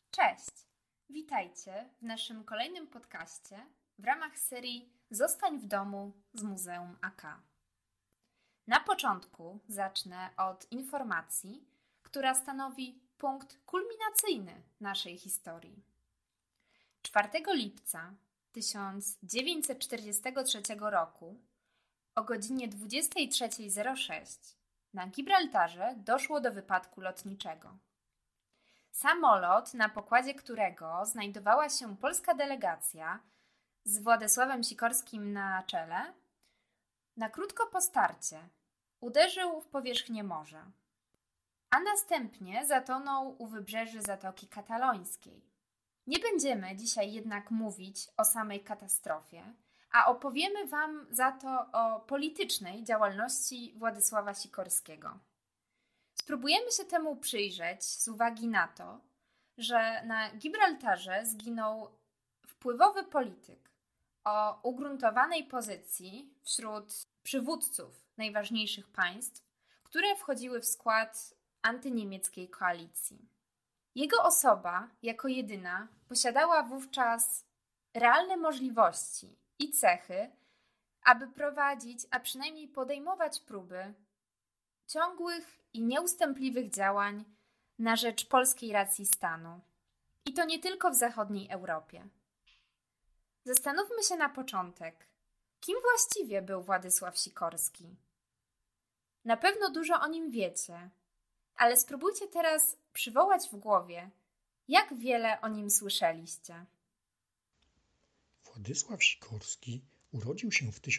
Cześć! Witajcie w naszym kolejnym podcaście w ramach serii Zostań w domu z Muzeum AK. Na początku zacznę od informacji, która stanowi punkt kulminacyjny naszej historii. 4 lipca 1943 roku o godzinie 23:06 na Gibraltarze doszło do wypadku lotniczego. Samolot, na pokładzie którego znajdowała się polska delegacja z Władysławem Sikorskim na czele, na krótko po starcie uderzył w powierzchnię morza, a następnie zatonął u wybrzeży Zatoki Katalońskiej. Nie będziemy dzisiaj jednak mówić o samej katastrofie, a opowiemy Wam za to o politycznej działalności Władysława Sikorskiego. Spróbujemy się temu przyjrzeć z uwagi na to, że na Gibraltarze zginął wpływowy polityk o ugruntowanej pozycji wśród przywódców najważniejszych państw, które wchodziły w skład antyniemieckiej koalicji. Jego osoba jako jedyna posiadała wówczas realne możliwości i cechy, aby prowadzić, a przynajmniej podejmować próby ciągłych i nieustępliwych działań na rzecz polskiej racji stanu. I to nie tylko w zachodniej Europie. Zastanówmy się na początek, kim właściwie był Władysław Sikorski? Na pewno dużo o nim wiecie, ale spróbujcie teraz przywołać w głowie, jak wiele o nim słyszeliście. Władysław Sikorski urodził się w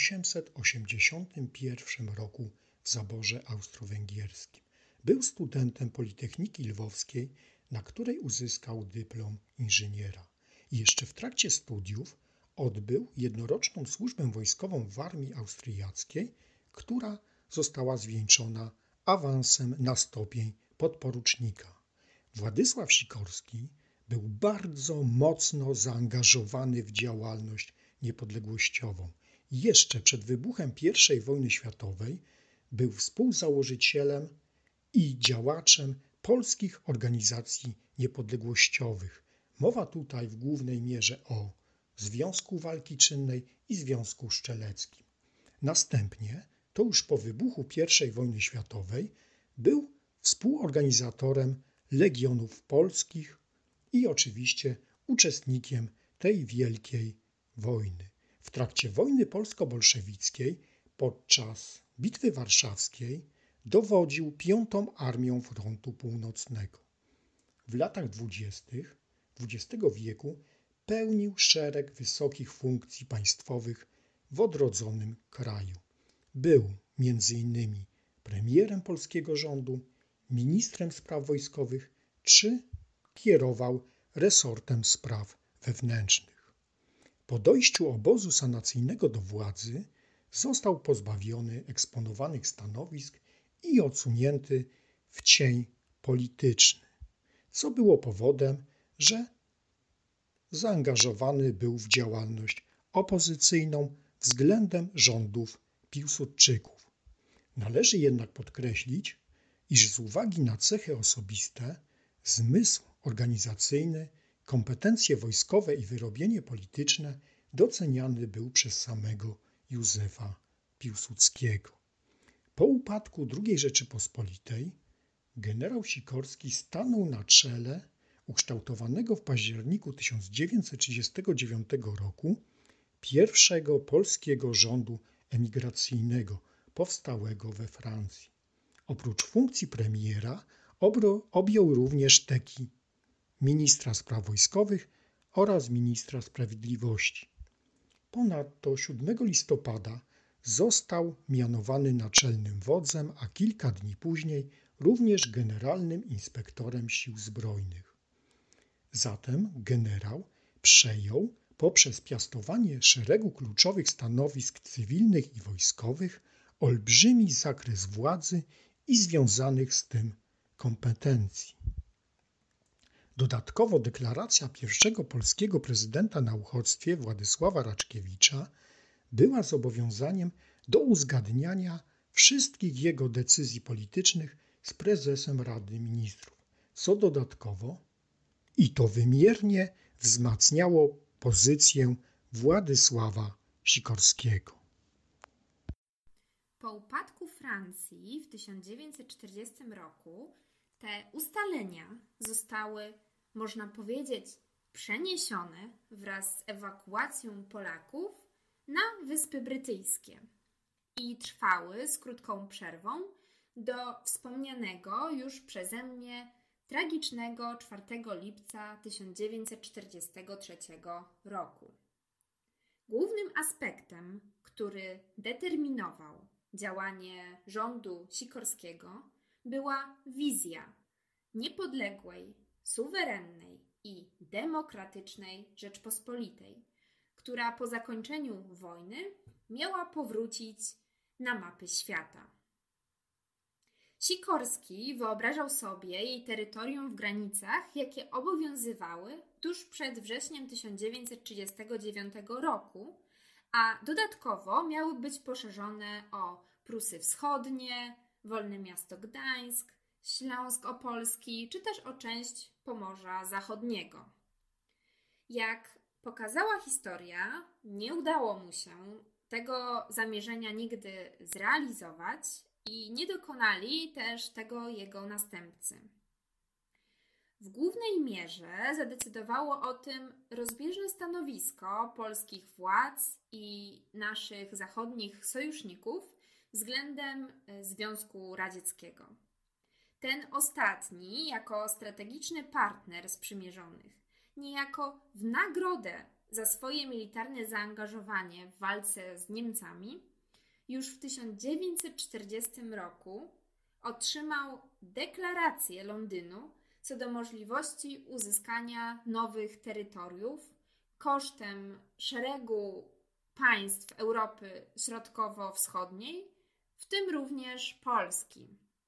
1881 roku w zaborze austro-węgierskim. Był studentem Politechniki Lwowskiej, na której uzyskał dyplom inżyniera. I jeszcze w trakcie studiów odbył jednoroczną służbę wojskową w armii austriackiej, która została zwieńczona awansem na stopień podporucznika. Władysław Sikorski był bardzo mocno zaangażowany w działalność niepodległościową. Jeszcze przed wybuchem I wojny światowej był współzałożycielem i działaczem polskich organizacji niepodległościowych. Mowa tutaj w głównej mierze o Związku Walki Czynnej i Związku Strzeleckim. Następnie, to już po wybuchu I wojny światowej, był współorganizatorem Legionów Polskich i oczywiście uczestnikiem tej wielkiej wojny. W trakcie wojny polsko-bolszewickiej podczas Bitwy Warszawskiej dowodził 5. Armią Frontu Północnego. W latach 20. XX wieku pełnił szereg wysokich funkcji państwowych w odrodzonym kraju. Był m.in. premierem polskiego rządu, ministrem spraw wojskowych czy kierował resortem spraw wewnętrznych. Po dojściu obozu sanacyjnego do władzy został pozbawiony eksponowanych stanowisk i odsunięty w cień polityczny, co było powodem, że zaangażowany był w działalność opozycyjną względem rządów Piłsudczyków. Należy jednak podkreślić, iż z uwagi na cechy osobiste, zmysł organizacyjny, kompetencje wojskowe i wyrobienie polityczne doceniany był przez samego Józefa Piłsudskiego. Po upadku II Rzeczypospolitej generał Sikorski stanął na czele ukształtowanego w październiku 1939 roku pierwszego polskiego rządu emigracyjnego powstałego we Francji. Oprócz funkcji premiera objął również teki ministra spraw wojskowych oraz ministra sprawiedliwości. Ponadto 7 listopada został mianowany naczelnym wodzem, a kilka dni później również generalnym inspektorem sił zbrojnych. Zatem generał przejął poprzez piastowanie szeregu kluczowych stanowisk cywilnych i wojskowych olbrzymi zakres władzy i związanych z tym kompetencji. Dodatkowo deklaracja pierwszego polskiego prezydenta na uchodźstwie Władysława Raczkiewicza była zobowiązaniem do uzgadniania wszystkich jego decyzji politycznych z prezesem Rady Ministrów, co dodatkowo i to wymiernie wzmacniało pozycję Władysława Sikorskiego. Po upadku Francji w 1940 roku te ustalenia zostały, można powiedzieć, przeniesione wraz z ewakuacją Polaków na Wyspy Brytyjskie i trwały z krótką przerwą do wspomnianego już przeze mnie tragicznego 4 lipca 1943 roku. Głównym aspektem, który determinował działanie rządu Sikorskiego, była wizja niepodległej, suwerennej i demokratycznej Rzeczpospolitej, która po zakończeniu wojny miała powrócić na mapy świata. Sikorski wyobrażał sobie jej terytorium w granicach, jakie obowiązywały tuż przed wrześniem 1939 roku, a dodatkowo miały być poszerzone o Prusy Wschodnie, Wolne Miasto Gdańsk, Śląsk Opolski, czy też o część Pomorza Zachodniego. Jak pokazała historia, nie udało mu się tego zamierzenia nigdy zrealizować i nie dokonali też tego jego następcy. W głównej mierze zadecydowało o tym rozbieżne stanowisko polskich władz i naszych zachodnich sojuszników względem Związku Radzieckiego. Ten ostatni, jako strategiczny partner sprzymierzonych, niejako w nagrodę za swoje militarne zaangażowanie w walce z Niemcami, już w 1940 roku otrzymał deklarację Londynu co do możliwości uzyskania nowych terytoriów kosztem szeregu państw Europy Środkowo-Wschodniej, w tym również Polski.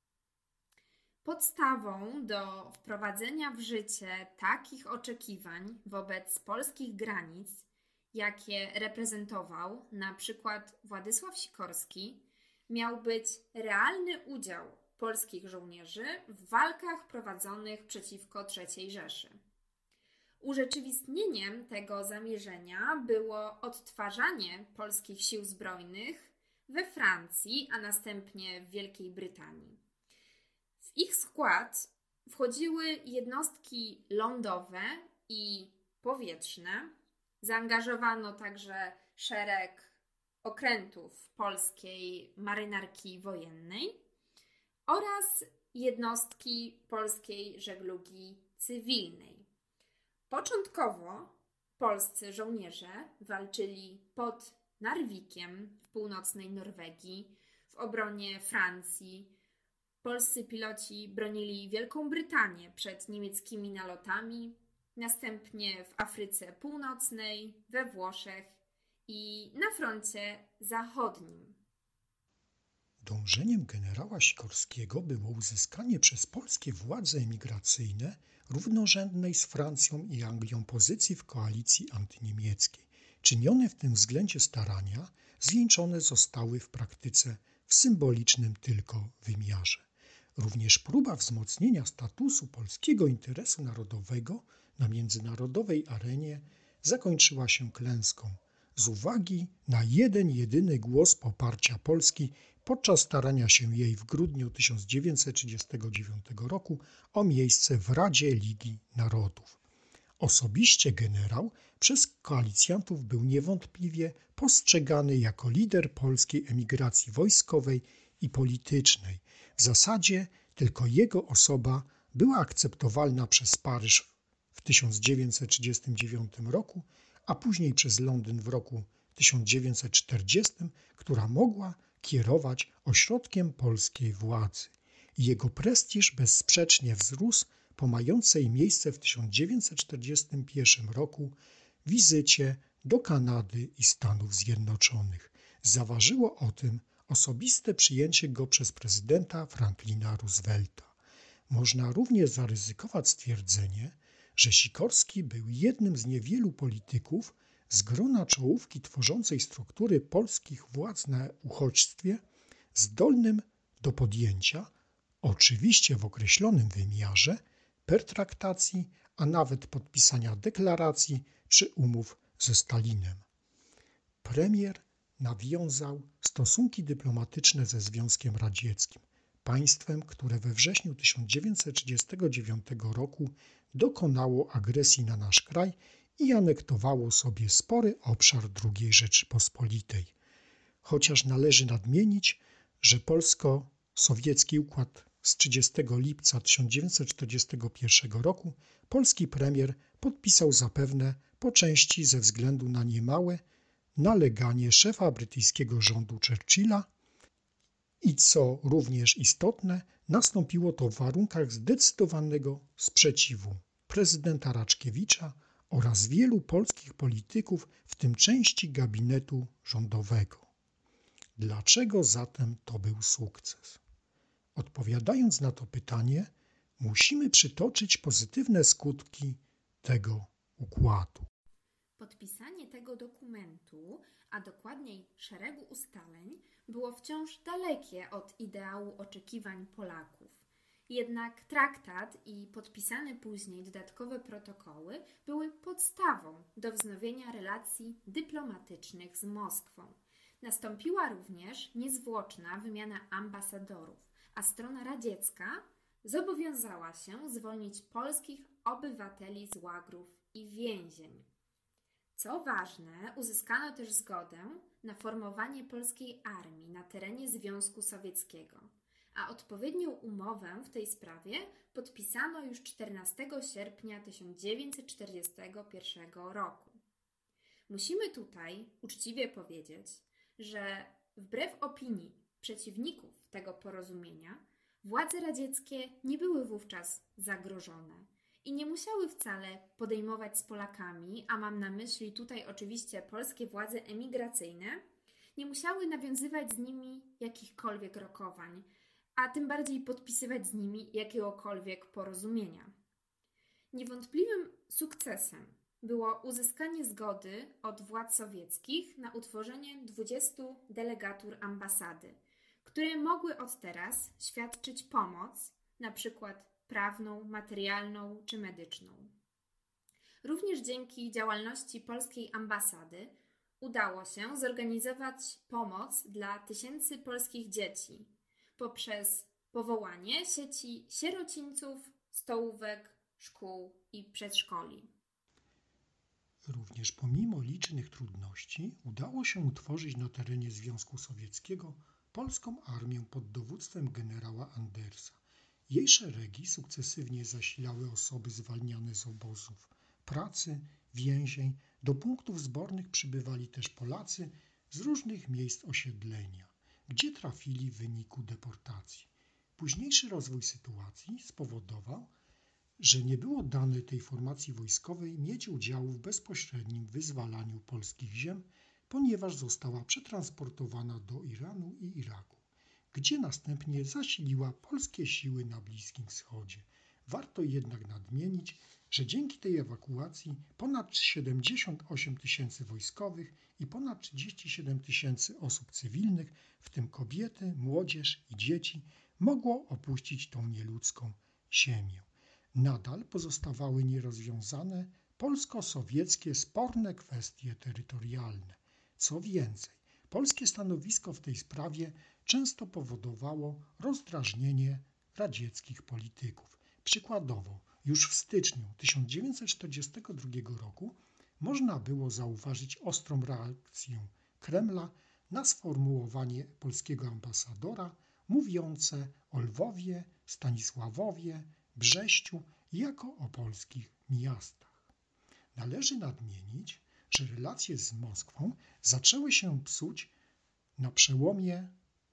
Podstawą do wprowadzenia w życie takich oczekiwań wobec polskich granic, jakie reprezentował na przykład Władysław Sikorski, miał być realny udział polskich żołnierzy w walkach prowadzonych przeciwko III Rzeszy. Urzeczywistnieniem tego zamierzenia było odtwarzanie polskich sił zbrojnych we Francji, a następnie w Wielkiej Brytanii. W ich skład wchodziły jednostki lądowe i powietrzne. Zaangażowano także szereg okrętów polskiej marynarki wojennej oraz jednostki polskiej żeglugi cywilnej. Początkowo polscy żołnierze walczyli pod Narwikiem w północnej Norwegii w obronie Francji. Polscy piloci bronili Wielką Brytanię przed niemieckimi nalotami, następnie w Afryce Północnej, we Włoszech i na froncie zachodnim. Dążeniem generała Sikorskiego było uzyskanie przez polskie władze emigracyjne równorzędnej z Francją i Anglią pozycji w koalicji antyniemieckiej. Czynione w tym względzie starania zwieńczone zostały w praktyce w symbolicznym tylko wymiarze. Również próba wzmocnienia statusu polskiego interesu narodowego na międzynarodowej arenie zakończyła się klęską z uwagi na jeden jedyny głos poparcia Polski podczas starania się jej w grudniu 1939 roku o miejsce w Radzie Ligi Narodów. Osobiście generał przez koalicjantów był niewątpliwie postrzegany jako lider polskiej emigracji wojskowej i politycznej. W zasadzie tylko jego osoba była akceptowalna przez Paryż w 1939 roku, a później przez Londyn w roku 1940, która mogła kierować ośrodkiem polskiej władzy. Jego prestiż bezsprzecznie wzrósł po mającej miejsce w 1941 roku wizycie do Kanady i Stanów Zjednoczonych. Zaważyło o tym osobiste przyjęcie go przez prezydenta Franklina Roosevelta. Można również zaryzykować stwierdzenie, że Sikorski był jednym z niewielu polityków z grona czołówki tworzącej struktury polskich władz na uchodźstwie zdolnym do podjęcia, oczywiście w określonym wymiarze, pertraktacji, a nawet podpisania deklaracji czy umów ze Stalinem. Premier nawiązał stosunki dyplomatyczne ze Związkiem Radzieckim, państwem, które we wrześniu 1939 roku dokonało agresji na nasz kraj i anektowało sobie spory obszar II Rzeczypospolitej. Chociaż należy nadmienić, że polsko-sowiecki układ z 30 lipca 1941 roku polski premier podpisał zapewne po części ze względu na niemałe naleganie szefa brytyjskiego rządu Churchilla i co również istotne, nastąpiło to w warunkach zdecydowanego sprzeciwu prezydenta Raczkiewicza oraz wielu polskich polityków, w tym części gabinetu rządowego. Dlaczego zatem to był sukces? Odpowiadając na to pytanie, musimy przytoczyć pozytywne skutki tego układu. Podpisanie tego dokumentu, a dokładniej szeregu ustaleń, było wciąż dalekie od ideału oczekiwań Polaków. Jednak traktat i podpisane później dodatkowe protokoły były podstawą do wznowienia relacji dyplomatycznych z Moskwą. Nastąpiła również niezwłoczna wymiana ambasadorów, a strona radziecka zobowiązała się zwolnić polskich obywateli z łagrów i więzień. Co ważne, uzyskano też zgodę na formowanie polskiej armii na terenie Związku Sowieckiego, a odpowiednią umowę w tej sprawie podpisano już 14 sierpnia 1941 roku. Musimy tutaj uczciwie powiedzieć, że wbrew opinii przeciwników tego porozumienia, władze radzieckie nie były wówczas zagrożone i nie musiały wcale podejmować z Polakami, a mam na myśli tutaj oczywiście polskie władze emigracyjne, nie musiały nawiązywać z nimi jakichkolwiek rokowań, a tym bardziej podpisywać z nimi jakiegokolwiek porozumienia. Niewątpliwym sukcesem było uzyskanie zgody od władz sowieckich na utworzenie 20 delegatur ambasady, które mogły od teraz świadczyć pomoc, na przykład prawną, materialną czy medyczną. Również dzięki działalności polskiej ambasady udało się zorganizować pomoc dla tysięcy polskich dzieci poprzez powołanie sieci sierocińców, stołówek, szkół i przedszkoli. Również pomimo licznych trudności udało się utworzyć na terenie Związku Sowieckiego polską armię pod dowództwem generała Andersa. Jej szeregi sukcesywnie zasilały osoby zwalniane z obozów pracy, więzień. Do punktów zbornych przybywali też Polacy z różnych miejsc osiedlenia, gdzie trafili w wyniku deportacji. Późniejszy rozwój sytuacji spowodował, że nie było dane tej formacji wojskowej mieć udziału w bezpośrednim wyzwalaniu polskich ziem, ponieważ została przetransportowana do Iranu i Iraku, gdzie następnie zasiliła polskie siły na Bliskim Wschodzie. Warto jednak nadmienić, że dzięki tej ewakuacji ponad 78 tysięcy wojskowych i ponad 37 tysięcy osób cywilnych, w tym kobiety, młodzież i dzieci, mogło opuścić tą nieludzką ziemię. Nadal pozostawały nierozwiązane polsko-sowieckie sporne kwestie terytorialne. Co więcej, polskie stanowisko w tej sprawie często powodowało rozdrażnienie radzieckich polityków. Przykładowo, już w styczniu 1942 roku można było zauważyć ostrą reakcję Kremla na sformułowanie polskiego ambasadora mówiące o Lwowie, Stanisławowie, Brześciu jako o polskich miastach. Należy nadmienić, że relacje z Moskwą zaczęły się psuć na przełomie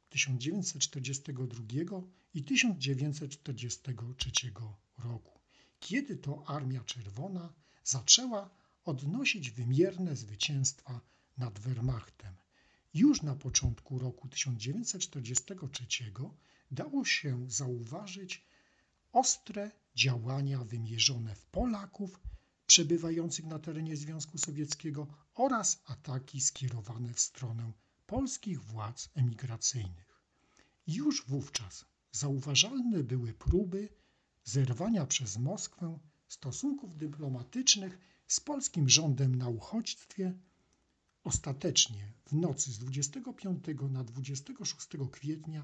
1942 i 1943 roku, kiedy to Armia Czerwona zaczęła odnosić wymierne zwycięstwa nad Wehrmachtem. Już na początku roku 1943 dało się zauważyć ostre działania wymierzone w Polaków przebywających na terenie Związku Sowieckiego oraz ataki skierowane w stronę polskich władz emigracyjnych. Już wówczas zauważalne były próby zerwania przez Moskwę stosunków dyplomatycznych z polskim rządem na uchodźstwie. Ostatecznie w nocy z 25 na 26 kwietnia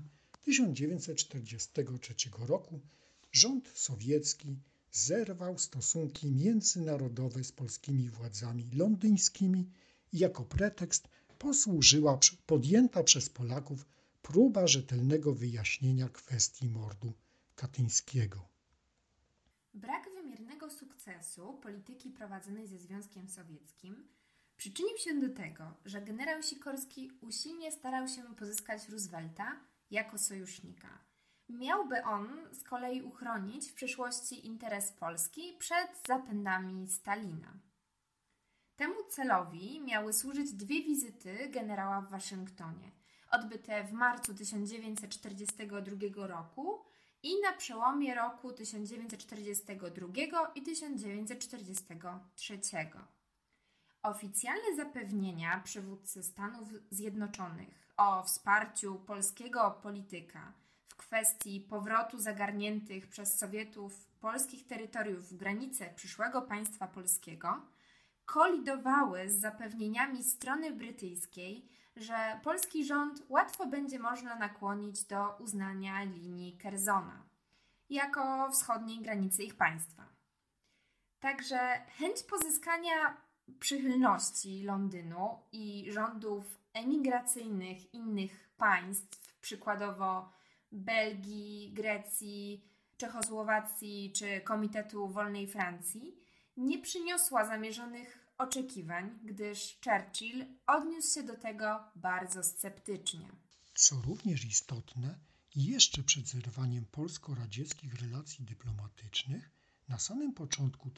1943 roku rząd sowiecki zerwał stosunki międzynarodowe z polskimi władzami londyńskimi i jako pretekst posłużyła podjęta przez Polaków próba rzetelnego wyjaśnienia kwestii mordu katyńskiego. Brak wymiernego sukcesu polityki prowadzonej ze Związkiem Sowieckim przyczynił się do tego, że generał Sikorski usilnie starał się pozyskać Roosevelta jako sojusznika. Miałby on z kolei uchronić w przyszłości interes Polski przed zapędami Stalina. Temu celowi miały służyć dwie wizyty generała w Waszyngtonie, odbyte w marcu 1942 roku i na przełomie roku 1942 i 1943. Oficjalne zapewnienia przywódcy Stanów Zjednoczonych o wsparciu polskiego polityka w kwestii powrotu zagarniętych przez Sowietów polskich terytoriów w granice przyszłego państwa polskiego kolidowały z zapewnieniami strony brytyjskiej, że polski rząd łatwo będzie można nakłonić do uznania linii Curzona jako wschodniej granicy ich państwa. Także chęć pozyskania przychylności Londynu i rządów emigracyjnych innych państw, przykładowo Belgii, Grecji, Czechosłowacji czy Komitetu Wolnej Francji, nie przyniosła zamierzonych oczekiwań, gdyż Churchill odniósł się do tego bardzo sceptycznie. Co również istotne, jeszcze przed zerwaniem polsko-radzieckich relacji dyplomatycznych, na samym początku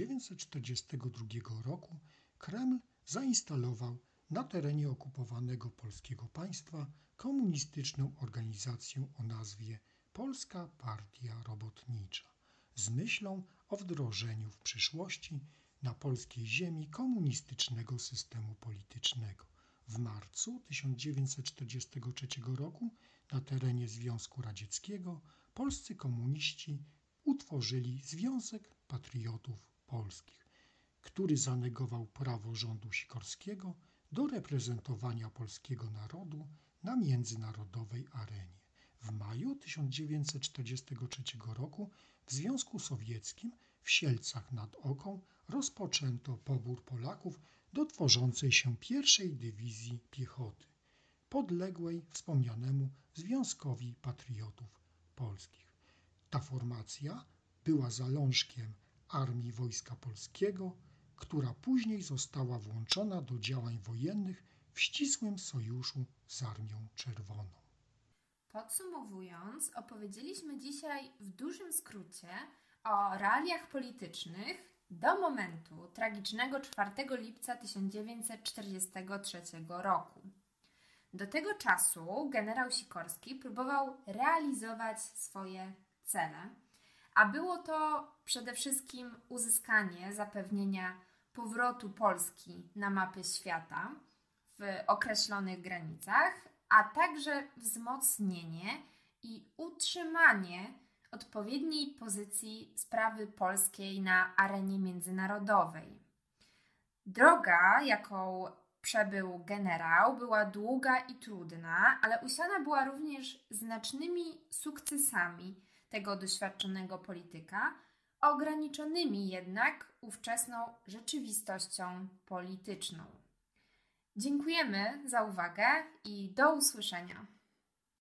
1942 roku Kreml zainstalował na terenie okupowanego polskiego państwa komunistyczną organizację o nazwie Polska Partia Robotnicza z myślą o wdrożeniu w przyszłości na polskiej ziemi komunistycznego systemu politycznego. W marcu 1943 roku na terenie Związku Radzieckiego polscy komuniści utworzyli Związek Patriotów Polskich, który zanegował prawo rządu Sikorskiego do reprezentowania polskiego narodu na międzynarodowej arenie. W maju 1943 roku w Związku Sowieckim w Sielcach nad Oką rozpoczęto pobór Polaków do tworzącej się pierwszej dywizji piechoty, podległej wspomnianemu Związkowi Patriotów Polskich. Ta formacja była zalążkiem Armii Wojska Polskiego, która później została włączona do działań wojennych w ścisłym sojuszu z Armią Czerwoną. Podsumowując, opowiedzieliśmy dzisiaj w dużym skrócie o realiach politycznych do momentu tragicznego 4 lipca 1943 roku. Do tego czasu generał Sikorski próbował realizować swoje cele, a było to przede wszystkim uzyskanie zapewnienia powrotu Polski na mapy świata w określonych granicach, a także wzmocnienie i utrzymanie odpowiedniej pozycji sprawy polskiej na arenie międzynarodowej. Droga, jaką przebył generał, była długa i trudna, ale usiana była również znacznymi sukcesami tego doświadczonego polityka, ograniczonymi jednak ówczesną rzeczywistością polityczną. Dziękujemy za uwagę i do usłyszenia.